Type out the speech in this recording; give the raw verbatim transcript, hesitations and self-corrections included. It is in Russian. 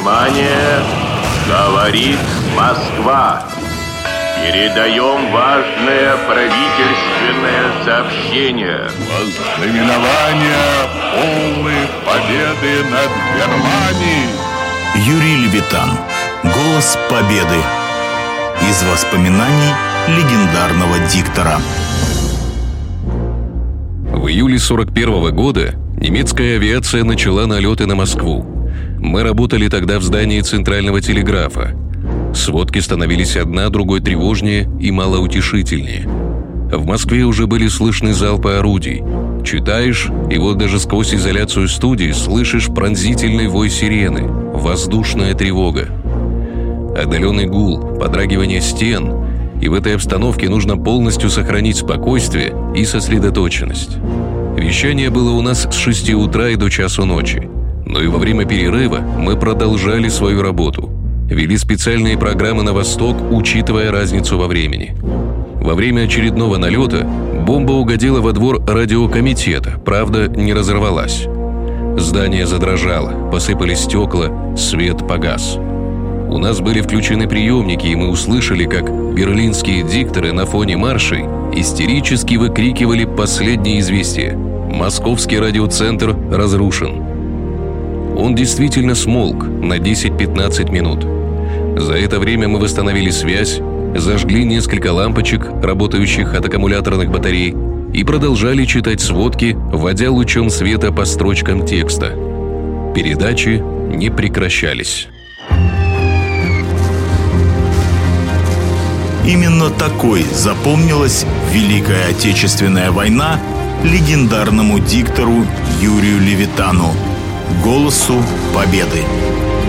Внимание! Говорит Москва! Передаем важное правительственное сообщение. Вознаменование полной победы над Германией. Юрий Левитан. Голос победы. Из воспоминаний легендарного диктора. В июле сорок первого года немецкая авиация начала налеты на Москву. Мы работали тогда в здании Центрального телеграфа. Сводки становились одна другой тревожнее и малоутешительнее. В Москве уже были слышны залпы орудий. Читаешь, и вот даже сквозь изоляцию студии слышишь пронзительный вой сирены, воздушная тревога. Отдаленный гул, подрагивание стен, и в этой обстановке нужно полностью сохранить спокойствие и сосредоточенность. Вещание было у нас с шести утра и до часу ночи. Но и во время перерыва мы продолжали свою работу. Вели специальные программы на восток, учитывая разницу во времени. Во время очередного налета бомба угодила во двор радиокомитета, правда, не разорвалась. Здание задрожало, посыпались стекла, свет погас. У нас были включены приемники, и мы услышали, как берлинские дикторы на фоне маршей истерически выкрикивали последние известия: «Московский радиоцентр разрушен». Он действительно смолк на десять-пятнадцать минут. За это время мы восстановили связь, зажгли несколько лампочек, работающих от аккумуляторных батарей, и продолжали читать сводки, вводя лучом света по строчкам текста. Передачи не прекращались. Именно такой запомнилась Великая Отечественная война легендарному диктору Юрию Левитану, голосу победы.